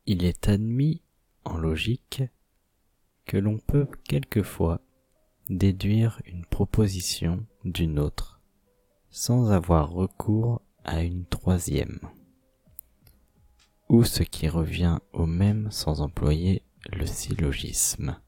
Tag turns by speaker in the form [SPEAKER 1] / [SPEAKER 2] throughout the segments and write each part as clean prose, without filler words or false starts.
[SPEAKER 1] Il est admis en logique que l'on peut quelquefois déduire une proposition d'une autre sans avoir recours à une troisième, ou ce qui revient au même sans employer le syllogisme.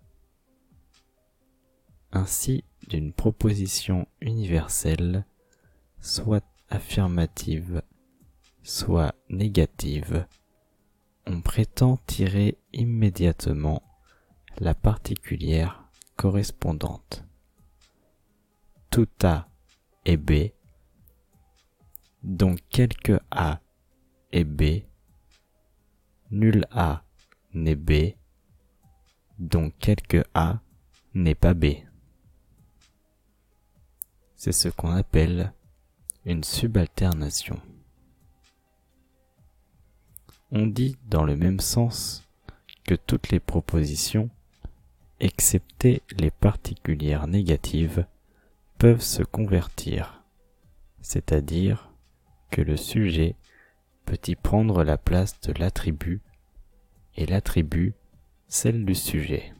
[SPEAKER 1] Ainsi, d'une proposition universelle, soit affirmative, soit négative, on prétend tirer immédiatement la particulière correspondante. Tout A est B, donc quelque A est B, nul A n'est B, donc quelque A n'est pas B. C'est ce qu'on appelle une subalternation. On dit dans le même sens que toutes les propositions, excepté les particulières négatives, peuvent se convertir, c'est-à-dire que le sujet peut y prendre la place de l'attribut et l'attribut celle du sujet.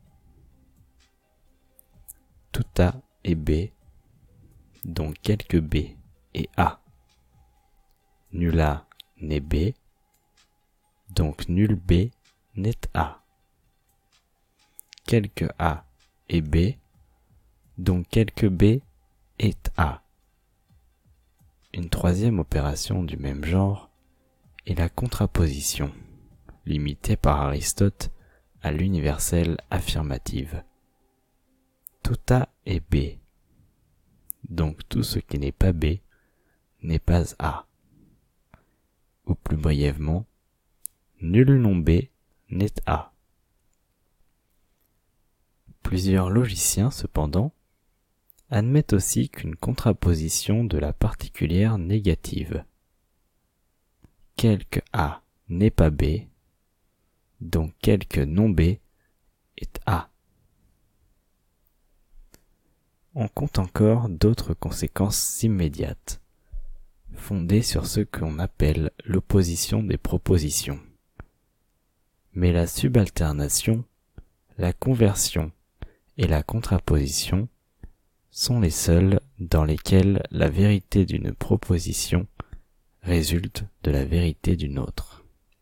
[SPEAKER 1] Tout A est B, donc quelque B est A. Nul A n'est B, donc nul B n'est A. Quelque A est B, donc quelque B est A. Une troisième opération du même genre est la contraposition, limitée par Aristote à l'universelle affirmative. Tout A est B, donc tout ce qui n'est pas B n'est pas A. Ou plus brièvement, nul non B n'est A. Plusieurs logiciens, cependant, admettent aussi qu'une contraposition de la particulière négative. Quelque A n'est pas B, donc quelque non B est A. On compte encore d'autres conséquences immédiates, fondées sur ce qu'on appelle l'opposition des propositions. Mais la subalternation, la conversion et la contraposition sont les seules dans lesquelles la vérité d'une proposition résulte de la vérité d'une autre.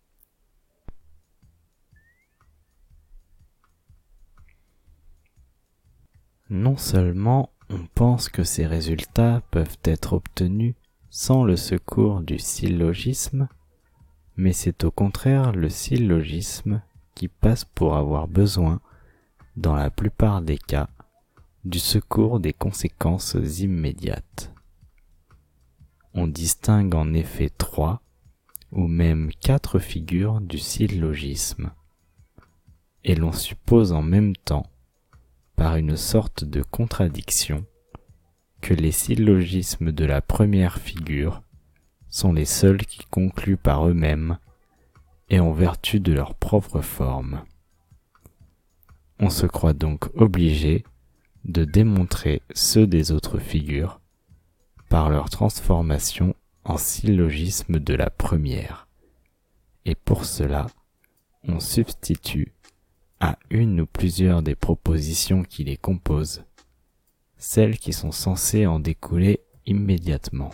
[SPEAKER 1] Non seulement on pense que ces résultats peuvent être obtenus sans le secours du syllogisme, mais c'est au contraire le syllogisme qui passe pour avoir besoin, dans la plupart des cas, du secours des conséquences immédiates. On distingue en effet 3 ou même 4 figures du syllogisme, et l'on suppose en même temps, par une sorte de contradiction, que les syllogismes de la première figure sont les seuls qui concluent par eux-mêmes et en vertu de leur propre forme. On se croit donc obligé de démontrer ceux des autres figures par leur transformation en syllogisme de la première, et pour cela, on substitue à une ou plusieurs des propositions qui les composent celles qui sont censées en découler immédiatement.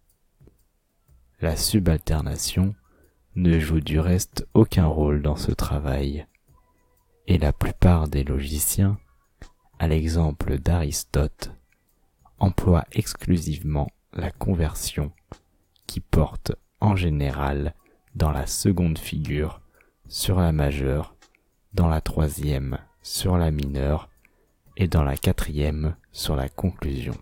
[SPEAKER 1] La subalternation ne joue du reste aucun rôle dans ce travail, et la plupart des logiciens, à l'exemple d'Aristote, emploient exclusivement la conversion qui porte en général dans la seconde figure sur la majeure, dans la troisième sur la mineure et dans la quatrième sur la conclusion.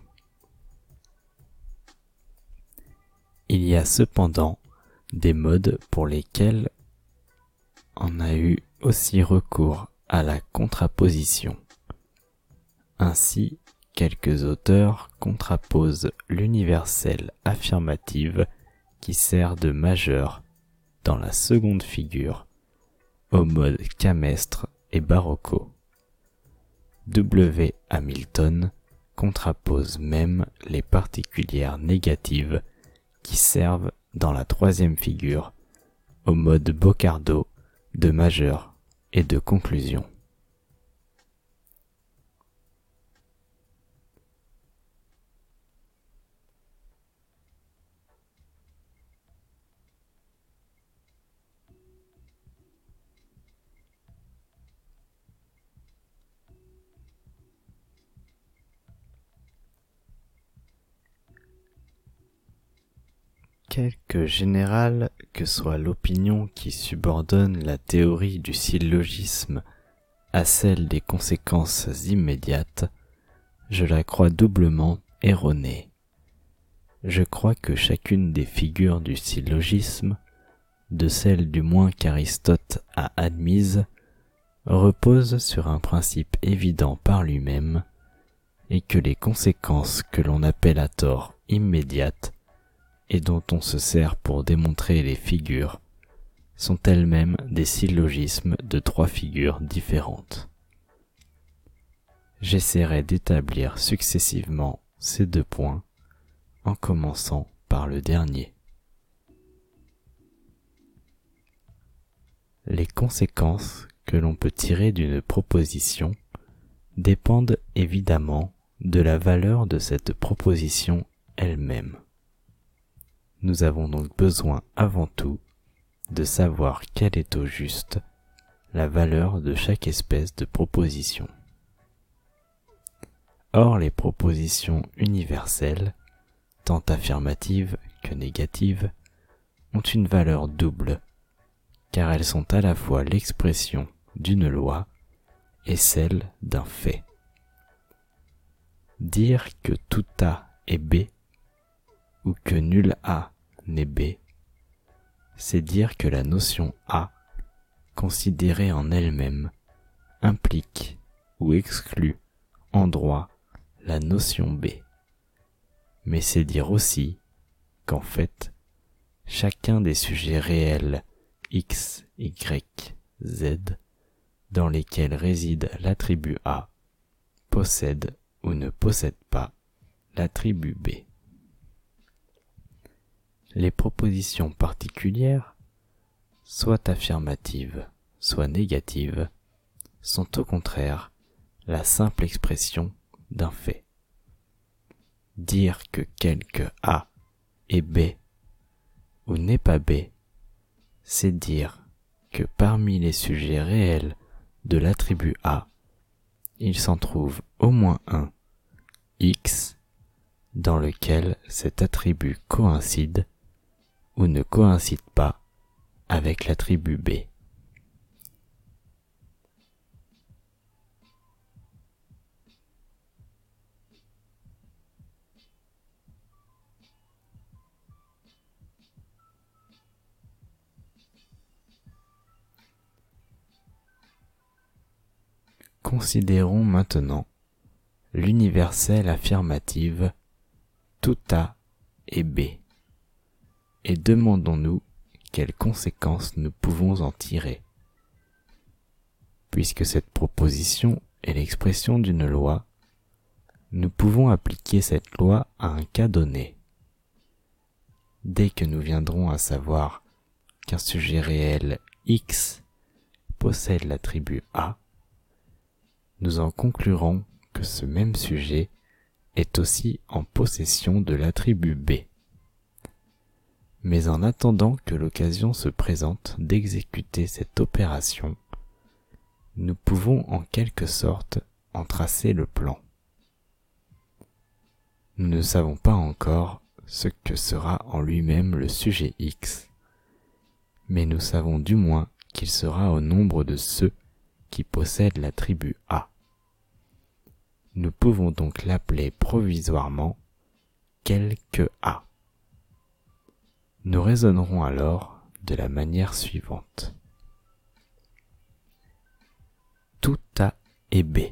[SPEAKER 1] Il y a cependant des modes pour lesquels on a eu aussi recours à la contraposition. Ainsi, quelques auteurs contraposent l'universelle affirmative qui sert de majeure dans la seconde figure au mode camestre et barocco. W. Hamilton contrapose même les particulières négatives qui servent dans la troisième figure au mode Boccardo de majeur et de conclusion. Quelque générale que soit l'opinion qui subordonne la théorie du syllogisme à celle des conséquences immédiates, je la crois doublement erronée. Je crois que chacune des figures du syllogisme, de celles du moins qu'Aristote a admises, repose sur un principe évident par lui-même, et que les conséquences que l'on appelle à tort immédiates et dont on se sert pour démontrer les figures, sont elles-mêmes des syllogismes de trois figures différentes. J'essaierai d'établir successivement ces deux points, en commençant par le dernier. Les conséquences que l'on peut tirer d'une proposition dépendent évidemment de la valeur de cette proposition elle-même. Nous avons donc besoin avant tout de savoir quelle est au juste la valeur de chaque espèce de proposition. Or, les propositions universelles, tant affirmatives que négatives, ont une valeur double, car elles sont à la fois l'expression d'une loi et celle d'un fait. Dire que tout A est B, ou que nul A n'est B, c'est dire que la notion A, considérée en elle-même, implique ou exclut en droit la notion B. Mais c'est dire aussi qu'en fait, chacun des sujets réels X, Y, Z, dans lesquels réside l'attribut A, possède ou ne possède pas l'attribut B. Les propositions particulières, soit affirmatives, soit négatives, sont au contraire la simple expression d'un fait. Dire que quelque A est B ou n'est pas B, c'est dire que parmi les sujets réels de l'attribut A, il s'en trouve au moins un, X, dans lequel cet attribut coïncide ou ne coïncide pas avec l'attribut B. Considérons maintenant l'universelle affirmative tout A est B, et demandons-nous quelles conséquences nous pouvons en tirer. Puisque cette proposition est l'expression d'une loi, nous pouvons appliquer cette loi à un cas donné. Dès que nous viendrons à savoir qu'un sujet réel X possède l'attribut A, nous en conclurons que ce même sujet est aussi en possession de l'attribut B. Mais en attendant que l'occasion se présente d'exécuter cette opération, nous pouvons en quelque sorte en tracer le plan. Nous ne savons pas encore ce que sera en lui-même le sujet X, mais nous savons du moins qu'il sera au nombre de ceux qui possèdent l'attribut A. Nous pouvons donc l'appeler provisoirement quelque A. Nous raisonnerons alors de la manière suivante. Tout A est B.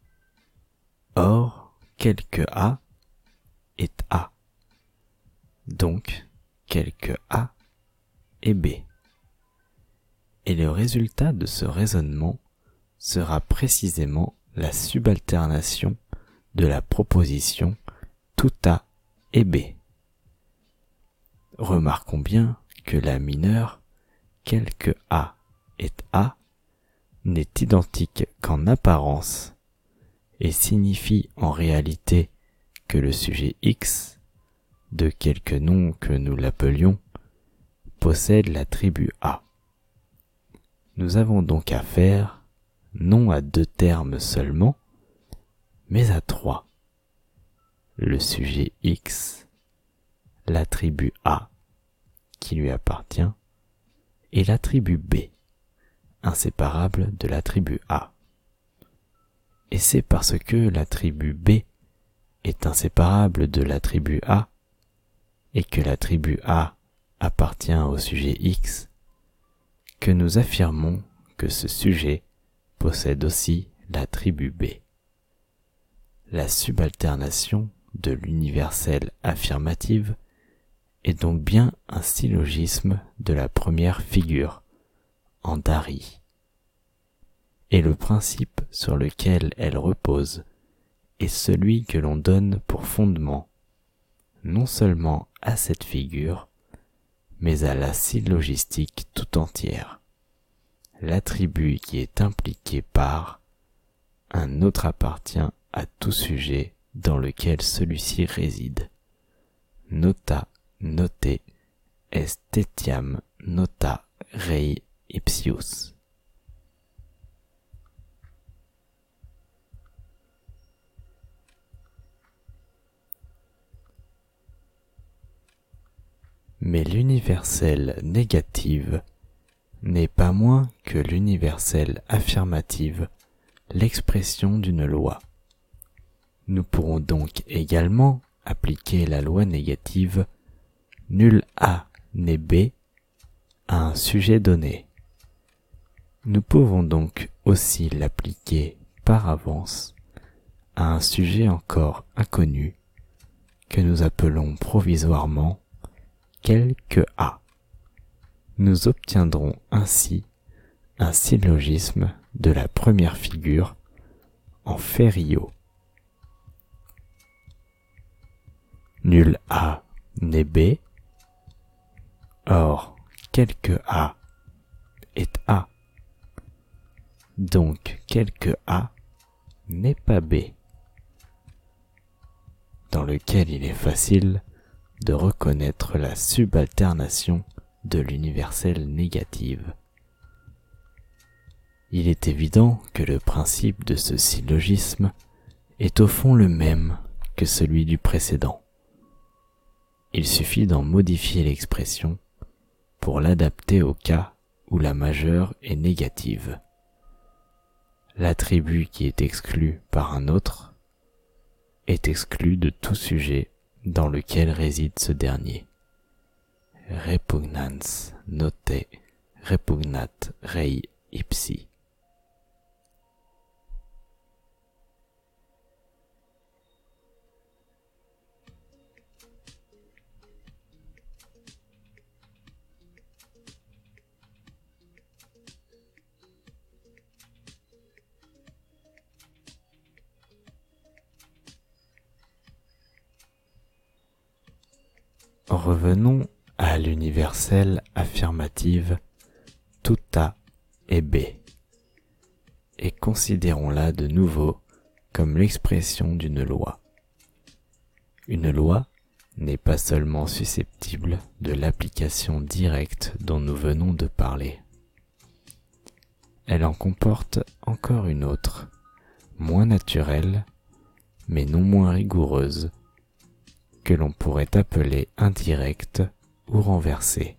[SPEAKER 1] Or, quelque A est A. Donc, quelque A est B. Et le résultat de ce raisonnement sera précisément la subalternation de la proposition tout A est B. Remarquons bien que la mineure quelque A est A n'est identique qu'en apparence et signifie en réalité que le sujet X, de quelque nom que nous l'appelions, possède l'attribut A. Nous avons donc affaire non à 2 termes seulement, mais à 3. Le sujet X, l'attribut A qui lui appartient, et l'attribut B, inséparable de l'attribut A. Et c'est parce que l'attribut B est inséparable de l'attribut A et que l'attribut A appartient au sujet X que nous affirmons que ce sujet possède aussi l'attribut B. La subalternation de l'universelle affirmative est donc bien un syllogisme de la première figure, en Dari. Et le principe sur lequel elle repose est celui que l'on donne pour fondement, non seulement à cette figure, mais à la syllogistique tout entière. L'attribut qui est impliqué par un autre appartient à tout sujet dans lequel celui-ci réside. Nota, note, est etiam nota rei ipsius. Mais l'universelle négative n'est pas moins que l'universelle affirmative l'expression d'une loi. Nous pourrons donc également appliquer la loi négative nul A n'est B à un sujet donné. Nous pouvons donc aussi l'appliquer par avance à un sujet encore inconnu que nous appelons provisoirement quelque A. Nous obtiendrons ainsi un syllogisme de la première figure en Fério. Nul A n'est B, or quelque A est A. Donc quelque A n'est pas B, dans lequel il est facile de reconnaître la subalternation de l'universelle négative. Il est évident que le principe de ce syllogisme est au fond le même que celui du précédent. Il suffit d'en modifier l'expression pour l'adapter au cas où la majeure est négative. L'attribut qui est exclu par un autre est exclu de tout sujet dans lequel réside ce dernier. Repugnans note repugnat rei ipsi. Revenons à l'universelle affirmative tout A est B et considérons-la de nouveau comme l'expression d'une loi. Une loi n'est pas seulement susceptible de l'application directe dont nous venons de parler. Elle en comporte encore une autre, moins naturelle, mais non moins rigoureuse, que l'on pourrait appeler indirecte ou renversée.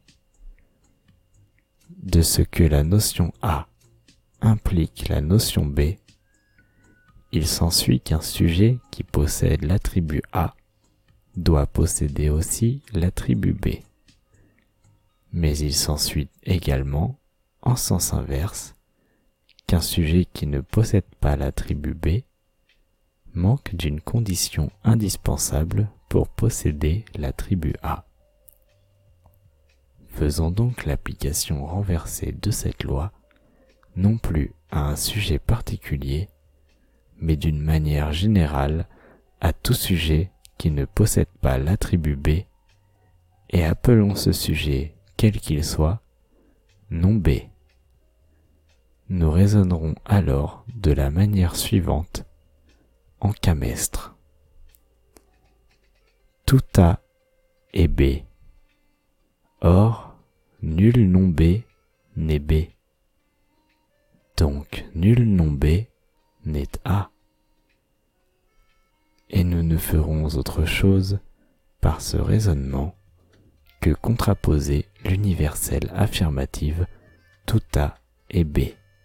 [SPEAKER 1] De ce que la notion A implique la notion B, il s'ensuit qu'un sujet qui possède l'attribut A doit posséder aussi l'attribut B. Mais il s'ensuit également, en sens inverse, qu'un sujet qui ne possède pas l'attribut B manque d'une condition indispensable pour posséder l'attribut A. Faisons donc l'application renversée de cette loi, non plus à un sujet particulier, mais d'une manière générale à tout sujet qui ne possède pas l'attribut B, et appelons ce sujet, quel qu'il soit, non B. Nous raisonnerons alors de la manière suivante en camestre. Tout A est B. Or, nul non B n'est B. Donc, nul non B n'est A. Et nous ne ferons autre chose par ce raisonnement que contraposer l'universelle affirmative tout A est B.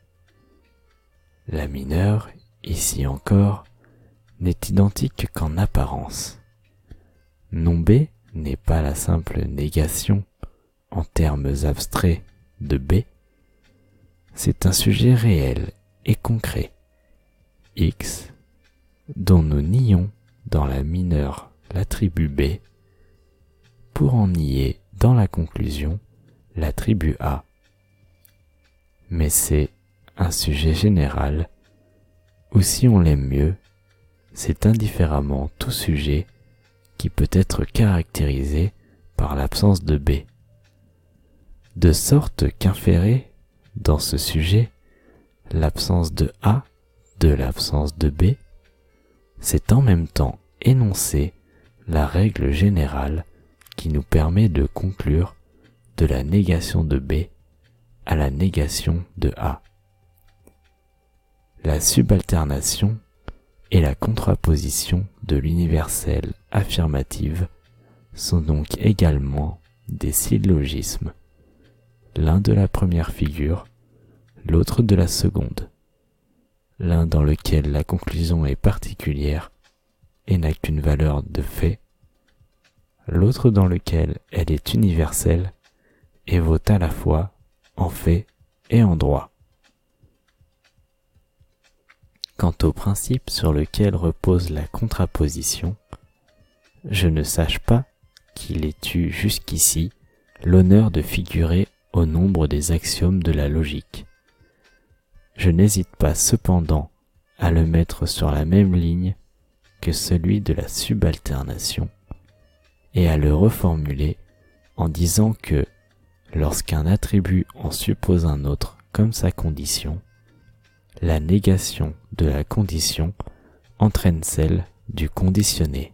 [SPEAKER 1] La mineure, ici encore, n'est identique qu'en apparence. Non B n'est pas la simple négation, en termes abstraits, de B. C'est un sujet réel et concret, X, dont nous nions dans la mineure l'attribut B, pour en nier dans la conclusion l'attribut A. Mais c'est un sujet général, ou si on l'aime mieux, c'est indifféremment tout sujet qui peut être caractérisé par l'absence de B. De sorte qu'inférer, dans ce sujet, l'absence de A de l'absence de B, c'est en même temps énoncer la règle générale qui nous permet de conclure de la négation de B à la négation de A. La subalternation et la contraposition de l'universelle affirmative sont donc également des syllogismes, l'un de la première figure, l'autre de la seconde, l'un dans lequel la conclusion est particulière et n'a qu'une valeur de fait, l'autre dans lequel elle est universelle et vaut à la fois en fait et en droit. Quant au principe sur lequel repose la contraposition, je ne sache pas qu'il ait eu jusqu'ici l'honneur de figurer au nombre des axiomes de la logique. Je n'hésite pas cependant à le mettre sur la même ligne que celui de la subalternation et à le reformuler en disant que lorsqu'un attribut en suppose un autre comme sa condition, la négation de la condition entraîne celle du conditionné.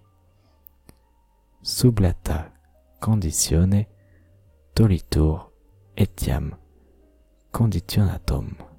[SPEAKER 1] Sublata conditione tolitur etiam conditionatum.